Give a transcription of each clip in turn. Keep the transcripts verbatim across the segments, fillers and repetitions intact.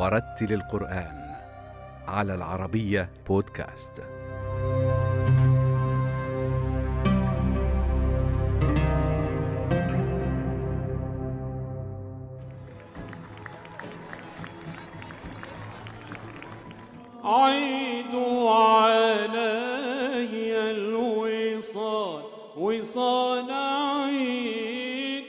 ورتل القرآن على العربية بودكاست. عيد علي الوصال وصال عيد.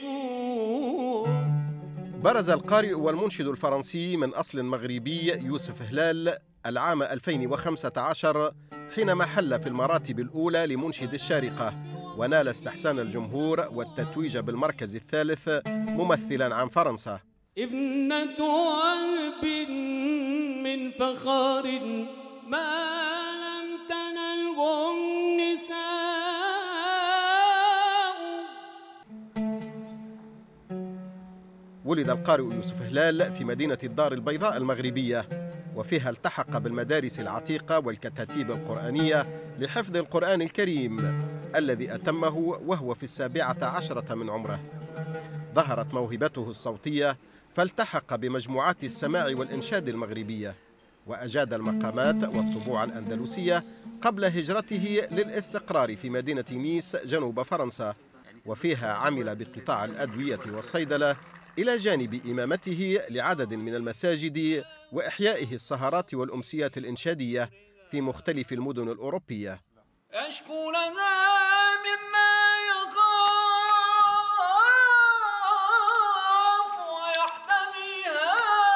برز القارئ والمنشد الفرنسي من أصل مغربي يوسف هلال العام ألفين وخمسة عشر حينما حل في المراتب الأولى لمنشد الشارقة، ونال استحسان الجمهور والتتويج بالمركز الثالث ممثلا عن فرنسا. ابنة أب من فخار ما لم تنله النساء. ولد القارئ يوسف هلال في مدينة الدار البيضاء المغربية، وفيها التحق بالمدارس العتيقة والكتاتيب القرآنية لحفظ القرآن الكريم الذي أتمه وهو في السابعة عشرة من عمره. ظهرت موهبته الصوتية فالتحق بمجموعات السماع والإنشاد المغربية، وأجاد المقامات والطبوع الأندلسية قبل هجرته للاستقرار في مدينة نيس جنوب فرنسا، وفيها عمل بقطاع الأدوية والصيدلة إلى جانب إمامته لعدد من المساجد وإحيائه السهرات والأمسيات الإنشادية في مختلف المدن الأوروبية. أشكو لها مما يخاف ويحتميها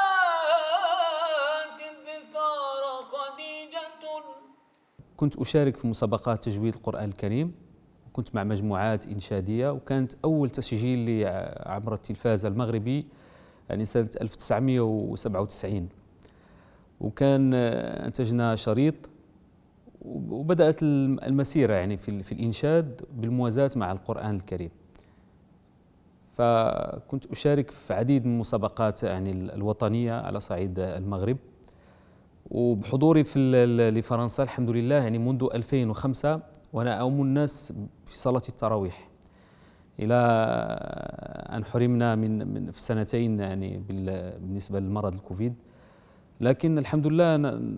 الدثار خديجة. كنت أشارك في مسابقات تجويد القرآن الكريم، كنت مع مجموعات إنشادية، وكانت أول تسجيل لي عبر التلفاز المغربي يعني سنة ألف وتسعمائة وسبعة وتسعين، وكان أنتجنا شريط، وبدأت المسيرة يعني في في الإنشاد بالموازاة مع القرآن الكريم. فكنت أشارك في عديد من المسابقات يعني الوطنية على صعيد المغرب، وبحضوري في لفرنسا الحمد لله يعني منذ ألفين وخمسة، وأنا أؤم الناس في صلاة التراويح إلى أن حرمنا من من في سنتين يعني بالنسبة للمرض الكوفيد، لكن الحمد لله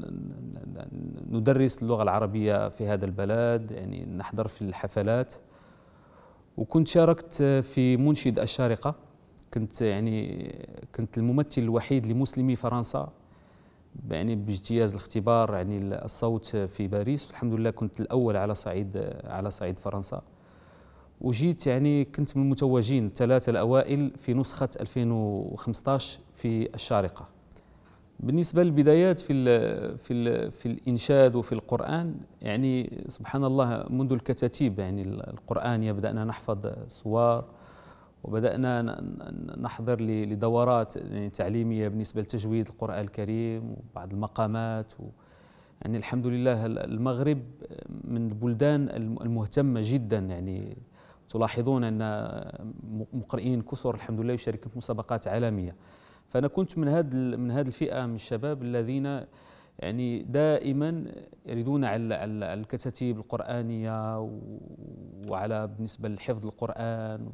ندرس اللغة العربية في هذا البلد، يعني نحضر في الحفلات. وكنت شاركت في منشد الشارقة، كنت يعني كنت الممثل الوحيد لمسلمي فرنسا يعني باجتياز الاختبار يعني الصوت في باريس. الحمد لله كنت الأول على صعيد على صعيد فرنسا، وجيت يعني كنت من المتوجين الثلاثة الأوائل في نسخة ألفين وخمسة عشر في الشارقة. بالنسبة للبدايات في ال في ال في الإنشاد وفي القرآن، يعني سبحان الله منذ الكتاتيب يعني القرآنية بدأنا نحفظ صور، وبدأنا نحضر لدورات يعني تعليمية بالنسبة لتجويد القرآن الكريم وبعض المقامات. يعني الحمد لله المغرب من البلدان المهتمة جدا، يعني تلاحظون أن مقرئين كثر الحمد لله يشاركون في مسابقات عالمية. فأنا كنت من هذه من هذه الفئة من الشباب الذين يعني دائما يريدون على الكتاتيب القرآنية وعلى بالنسبة لحفظ القرآن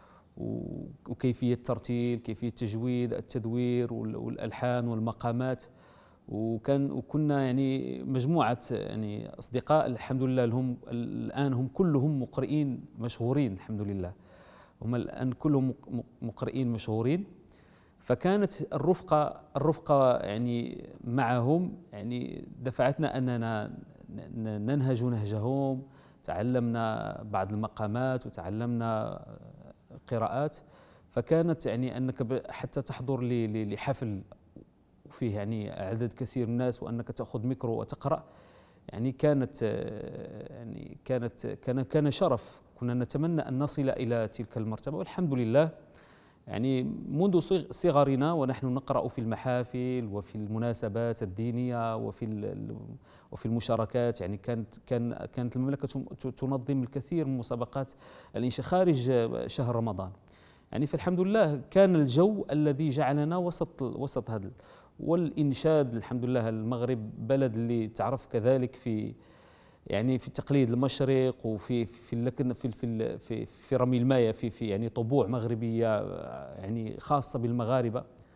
وكيفية الترتيل، كيفية التجويد، التدوير والألحان والمقامات. وكان وكنا يعني مجموعة يعني أصدقاء الحمد لله هم الآن هم كلهم مقرئين مشهورين الحمد لله، هم الآن كلهم مقرئين مشهورين. فكانت الرفقة الرفقة يعني معهم يعني دفعتنا أننا ننهج نهجهم، تعلمنا بعض المقامات وتعلمنا قراءات. فكانت يعني أنك حتى تحضر لحفل وفيه يعني عدد كثير من الناس وأنك تأخذ ميكرو وتقرأ، يعني كانت يعني كانت كان كان شرف. كنا نتمنى أن نصل إلى تلك المرتبة، والحمد لله يعني منذ صغرنا ونحن نقرأ في المحافل وفي المناسبات الدينية وفي وفي المشاركات. يعني كانت كان كانت المملكة تنظم الكثير من مسابقات الإنشاء خارج شهر رمضان. يعني فالحمد لله كان الجو الذي جعلنا وسط وسط هذا. والإنشاد الحمد لله المغرب بلد اللي تعرف كذلك في يعني في تقليد المشرق وفي في لكن في في في, في رمي المايه في في يعني طبوع مغربيه يعني خاصه بالمغاربه.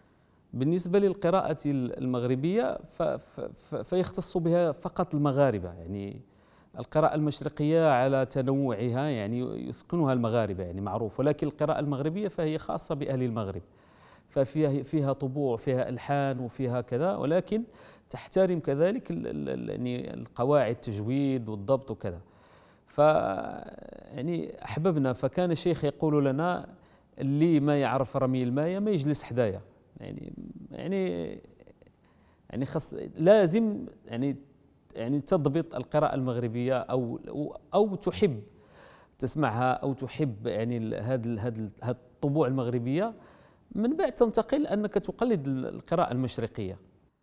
بالنسبة للقراءة المغربية فيختص بها فقط المغاربة، يعني القراءة المشرقية على تنوعها يعني يتقنها المغاربة يعني معروف، ولكن القراءة المغربية فهي خاصة بأهل المغرب، ففيها فيها طبوع، فيها ألحان وفيها كذا، ولكن تحترم كذلك يعني القواعد التجويد والضبط وكذا. ف يعني أحببنا، فكان الشيخ يقول لنا اللي ما يعرف رمي الماية ما يجلس حدايا، يعني يعني يعني خص لازم يعني يعني تضبط القراءة المغربية أو أو تحب تسمعها أو تحب يعني هذه هذه الطبوع المغربية، من بعد تنتقل أنك تقلد القراءة المشرقية.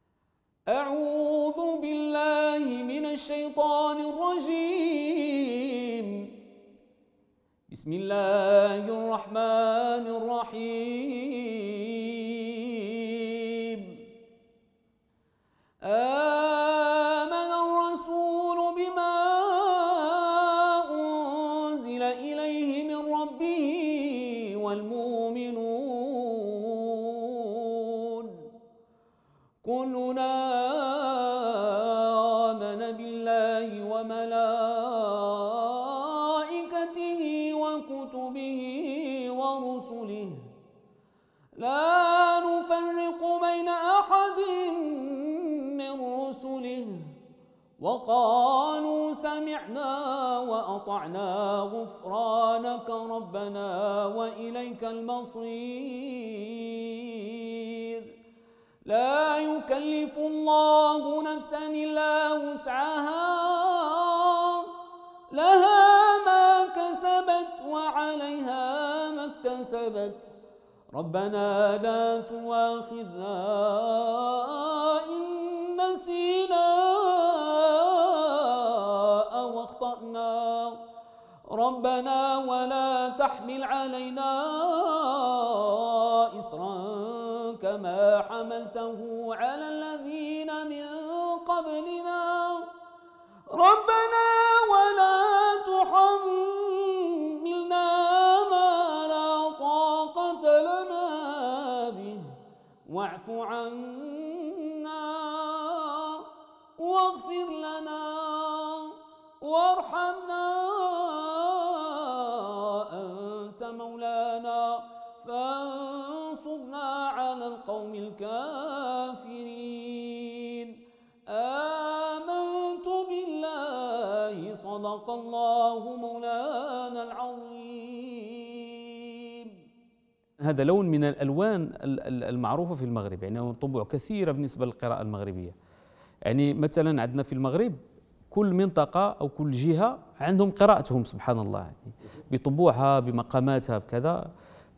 أعوذ بالله من الشيطان الرجيم. بسم الله الرحمن الرحيم. آمن الرسول بما أنزل إليه من ربه والمؤمنون كلنا آمن بالله وملائكته وكتبه ورسله لا نفرق بين أحد من رسله وقالوا سمعنا وأطعنا غفرانك ربنا وإليك المصير. لا يكلف الله نفسا إلا وسعها لها ما كسبت وعليها ما اكتسبت ربنا لا تؤاخذنا إن نسينا أو أخطأنا ربنا ولا تحمل علينا إصرا كما حملته على الذين من قبلنا ربنا ولا تحملنا ما لا طاقة لنا به واعف عنا واغفر لنا وارحمنا أنت مولانا فانصرنا على القوم الكافرين. آمنت بالله صدق الله مولانا العظيم. هذا لون من الألوان المعروفة في المغرب، يعني طبوع كثيرة بالنسبة للقراءة المغربية. يعني مثلا عندنا في المغرب كل منطقة أو كل جهة عندهم قراءتهم سبحان الله، يعني بطبوعها بمقاماتها بكذا،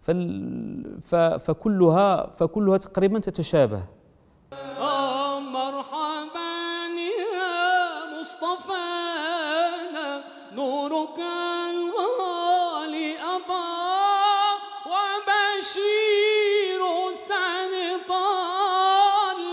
فكلها فكلها تقريبا تتشابه. مرحبا يا مصطفانا نورك الغالي أضاء وبشير سعد طال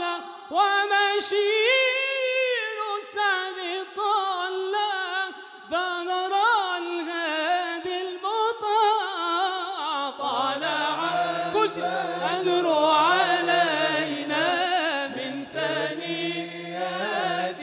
وبشير سعد طال ظهر الهادي المطاع طالع كل أدر علينا من ثنيات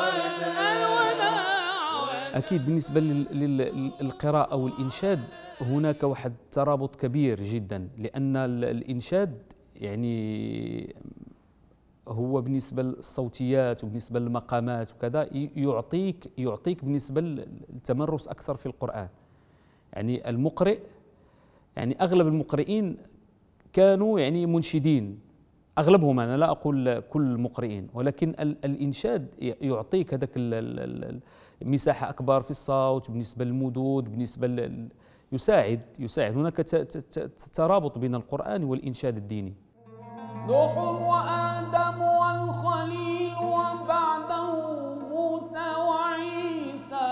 الوداع. أكيد بالنسبة للقراءة والإنشاد هناك واحد ترابط كبير جدا، لأن الإنشاد يعني هو بالنسبة للصوتيات وبالنسبة للمقامات وكذا يعطيك يعطيك بالنسبة للتمرس أكثر في القرآن. يعني المقرئ، يعني أغلب المقرئين كانوا يعني منشدين، أغلبهم، أنا لا أقول كل المقرئين، ولكن الإنشاد يعطيك هذاك مساحة أكبر في الصوت بالنسبة للمدود، بالنسبة يساعد يساعد هناك ترابط بين القرآن والإنشاد الديني. نوح وآدم والخليل وبعده موسى وعيسى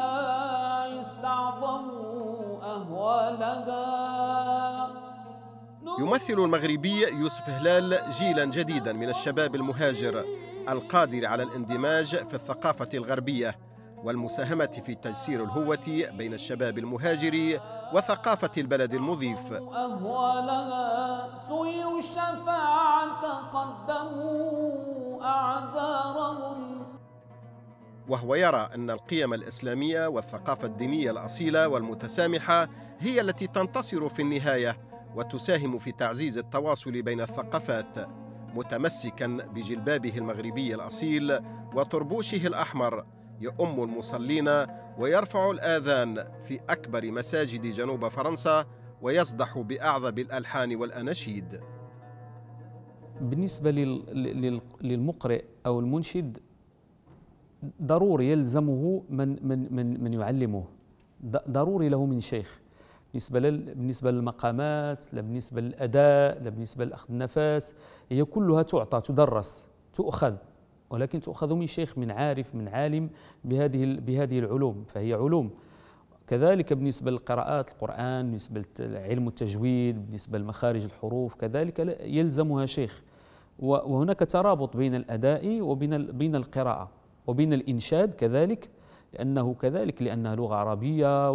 استعظموا أهوالها. يمثل المغربي يوسف هلال جيلا جديدا من الشباب المهاجر القادر على الاندماج في الثقافة الغربية، والمساهمة في تجسير الهوة بين الشباب المهاجر وثقافة البلد المضيف. أهوالها سئلوا الشفاعة قدموا أعذارهم. وهو يرى أن القيم الإسلامية والثقافة الدينية الأصيلة والمتسامحة هي التي تنتصر في النهاية وتساهم في تعزيز التواصل بين الثقافات، متمسكاً بجلبابه المغربي الأصيل وطربوشه الأحمر، يؤم المصلين ويرفع الآذان في أكبر مساجد جنوب فرنسا ويصدح بأعذب الألحان والأناشيد. بالنسبة للمقرئ أو المنشد ضروري يلزمه من من من من يعلمه، ضروري له من شيخ. بالنسبة بالنسبة للمقامات، لا بالنسبة للأداء، لا بالنسبة لأخذ النفس، هي كلها تعطى تدرس تؤخذ، ولكن تؤخذ من شيخ، من عارف، من عالم بهذه بهذه العلوم، فهي علوم. كذلك بالنسبة للقراءات القرآن، بالنسبة لعلم التجويد، بالنسبة لمخارج الحروف، كذلك يلزمها شيخ. وهناك ترابط بين الأداء وبين بين القراءة وبين الإنشاد كذلك، لأنه كذلك لأنها لغة عربية،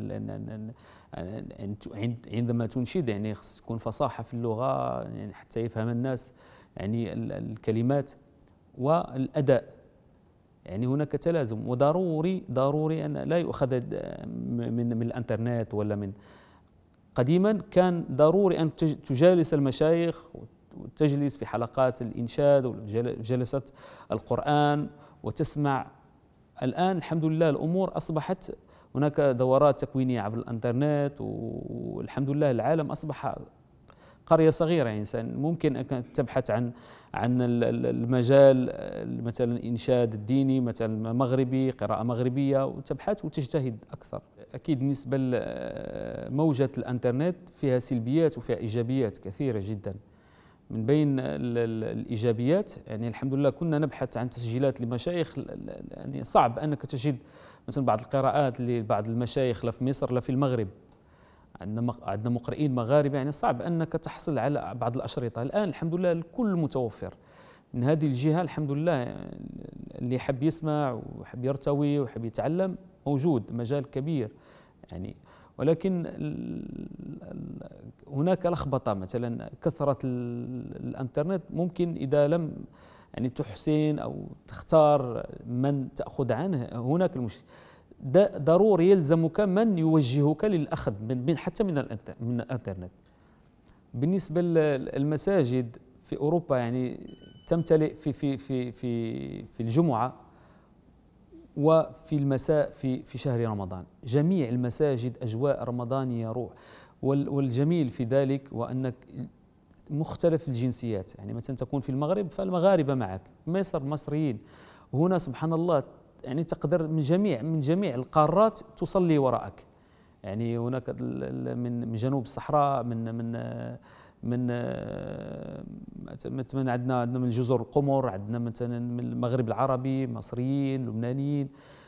عندما تنشد يعني تكون فصاحة في اللغة يعني حتى يفهم الناس يعني الكلمات والأداء. يعني هناك تلازم، وضروري ضروري أن لا يؤخذ من من الإنترنت ولا من. قديما كان ضروري أن تجالس المشايخ وتجلس في حلقات الإنشاد وجلسات القرآن وتسمع. الآن الحمد لله الأمور أصبحت هناك دورات تكوينية عبر الإنترنت، والحمد لله العالم أصبح قرية صغيرة. يعني ممكن أن تبحث عن عن المجال مثلا إنشاد الديني مثلا مغربي، قراءة مغربية، وتبحث وتجتهد أكثر. أكيد بالنسبة لموجة الإنترنت فيها سلبيات وفيها إيجابيات كثيرة جدا. من بين الإيجابيات يعني الحمد لله كنا نبحث عن تسجيلات لمشايخ، يعني صعب أنك تجد مثلا بعض القراءات لبعض المشايخ لا في مصر لا في المغرب. عندنا عندنا مقرئين مغاربة، يعني صعب أنك تحصل على بعض الأشرطة. الآن الحمد لله الكل متوفر. من هذه الجهة الحمد لله اللي يحب يسمع ويحب يرتوي ويحب يتعلم موجود، مجال كبير يعني. ولكن هناك لخبطة، مثلا كثرة الانترنت ممكن إذا لم يعني تحسن أو تختار من تأخذ عنه، هناك المشكلة. ضروري يلزمك من يوجهك للأخذ من حتى من من الانترنت. بالنسبة للمساجد في أوروبا يعني تمتلئ في في في في في الجمعة وفي المساء في في شهر رمضان. جميع المساجد أجواء رمضانية روح. والجميل في ذلك وأنك مختلف الجنسيات، يعني مثلا تكون في المغرب فالمغاربة معك، مصر مصريين، وهنا سبحان الله يعني تقدر من جميع من جميع القارات تصلي وراءك. يعني هناك من من جنوب الصحراء، من من من مثلا عندنا عندنا من جزر القمر، عندنا مثلا من المغرب العربي، مصريين، لبنانيين،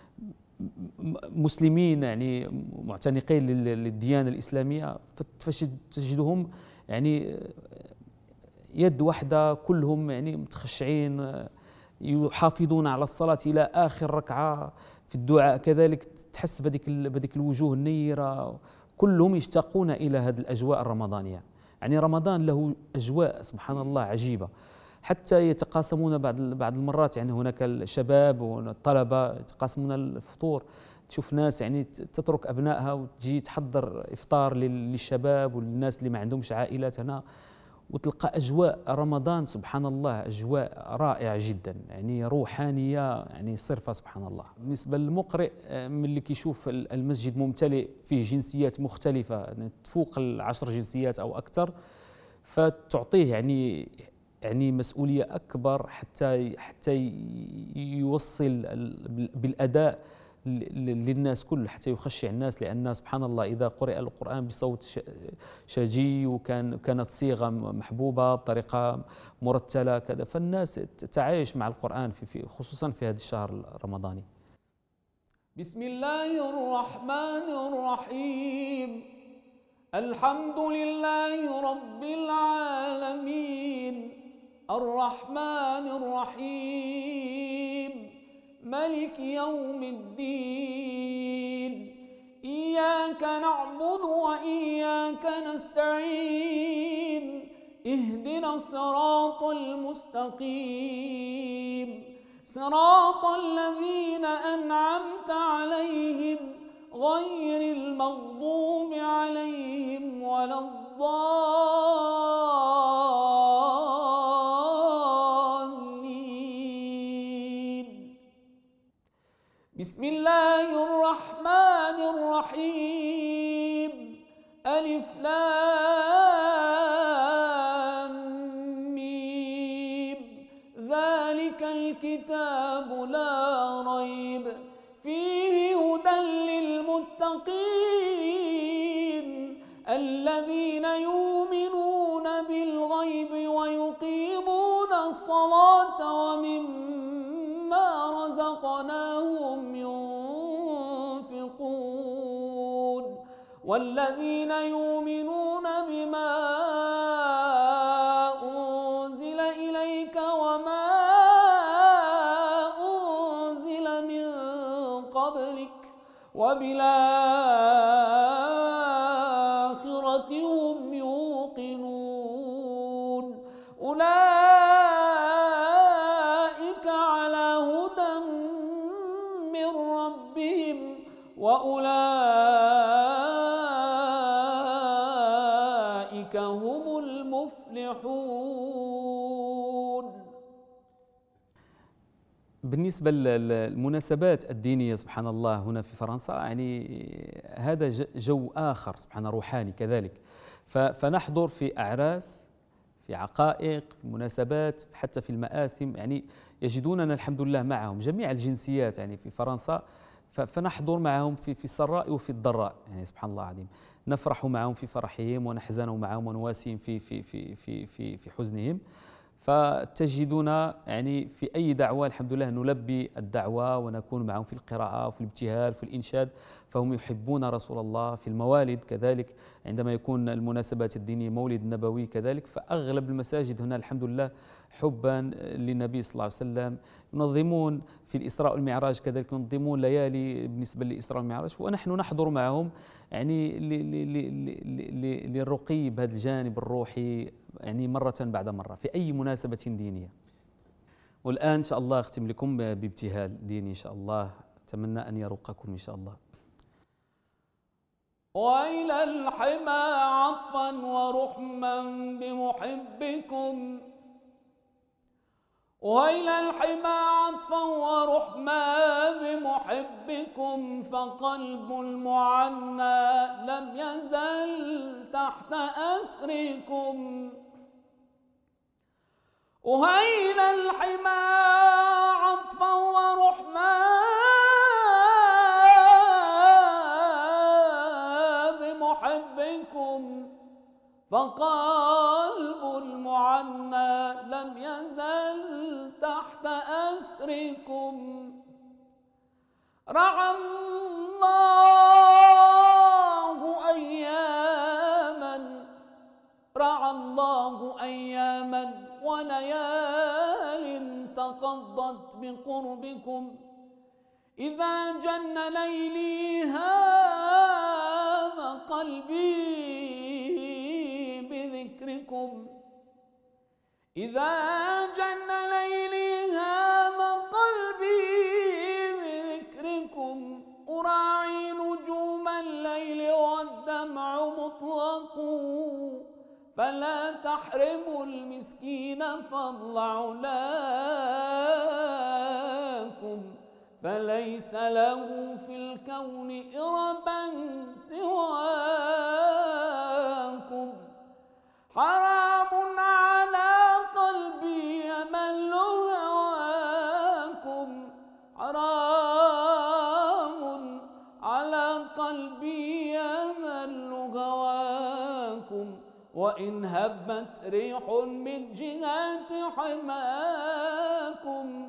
مسلمين يعني معتنقين للديانة الإسلامية، فتجدهم يعني يد واحدة كلهم يعني متخشعين، يحافظون على الصلاة إلى آخر ركعة. في الدعاء كذلك تحس بذيك بذيك الوجوه النيرة، كلهم يشتاقون إلى هذه الأجواء الرمضانية. يعني رمضان له أجواء سبحان الله عجيبة، حتى يتقاسمون بعض بعض المرات. يعني هناك الشباب والطلبة يتقاسمون الفطور، تشوف ناس يعني تترك أبنائها وتجي تحضر إفطار للشباب والناس اللي ما عندهمش عائلات هنا، وتلقى أجواء رمضان سبحان الله أجواء رائعة جدا، يعني روحانية يعني صرفة سبحان الله. بالنسبة للمقرئ من اللي كيشوف المسجد ممتلئ فيه جنسيات مختلفة يعني تفوق العشر جنسيات أو أكثر، فتعطيه يعني يعني مسؤولية أكبر حتى حتى يوصل بالأداء للناس كل، حتى يخشع الناس. لأن سبحان الله إذا قرئ القرآن بصوت شجي وكان كانت صيغة محبوبة بطريقة مرتلة كذا، فالناس تعايش مع القرآن في, في خصوصا في هذا الشهر الرمضاني. بسم الله الرحمن الرحيم. الحمد لله رب العالمين الرحمن الرحيم ملك يوم الدين إياك نعبد وإياك نستعين اهدنا الصراط المستقيم صراط الذين أنعمت عليهم غير المغضوب عليهم ولا الضالين. بسم الله الرحمن الرحيم ألف لام ميم ذلك الكتاب لا ريب فيه هدى للمتقين الذين يؤمنون بالغيب ويقيمون الصلاة ومما رزقناهم ينفقون والذين يؤمنون بما أنزل إليك وما أنزل من قبلك وبالآخرة هم يوقنون أولئك على هدى من ربهم وأولئك هم المفلحون. بالنسبة للمناسبات الدينية سبحان الله هنا في فرنسا يعني هذا جو آخر سبحان روحاني كذلك، فنحضر في أعراس في عقائق في مناسبات حتى في المآثم، يعني يجدوننا الحمد لله معهم جميع الجنسيات يعني في فرنسا، فنحضر معهم في في السراء وفي الضراء، يعني سبحان الله العظيم نفرح معهم في فرحهم ونحزن معهم ونواسيهم في في في في في في حزنهم. فتجدنا يعني في أي دعوة الحمد لله نلبي الدعوة ونكون معهم في القراءة وفي الابتهال وفي الإنشاد، فهم يحبون رسول الله. في الموالد كذلك عندما يكون المناسبات الدينية مولد النبوي كذلك، فأغلب المساجد هنا الحمد لله حبا للنبي صلى الله عليه وسلم. ينظمون في الإسراء والمعراج كذلك ينظمون ليالي بالنسبة للإسراء والمعراج، ونحن نحضر معهم يعني للرقي بهذا الجانب الروحي يعني مرة بعد مرة في أي مناسبة دينية. والآن إن شاء الله أختم لكم بابتهال ديني إن شاء الله، أتمنى أن يرقكم إن شاء الله. وإلى الحمى عطفا ورحما بمحبكم وإلى الحمى عطفا ورحما بمحبكم فقلب المعنى لم يزل تحت أسركم. وإلى الحمى عطفا ورحما بمحبكم فقلب المعنى لم يزل تحت أسركم. رعى الله أياما رعى الله أياما وليال تقضت بقربكم إذا جن ليلي هام قلبي بذكركم إذا جن ليلي هام قلبي بذكركم أراعي نجوم الليل والدمع مطلق فلا تحرموا المسكين فضل علاكم فليس له في الكون إربا سواكم. حرام على قلبي يمل هواكم حرام على قلبي يمل هواكم وإن هبت ريح من جهة حماكم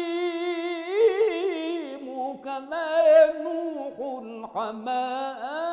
أهيم كما ينوح الحمام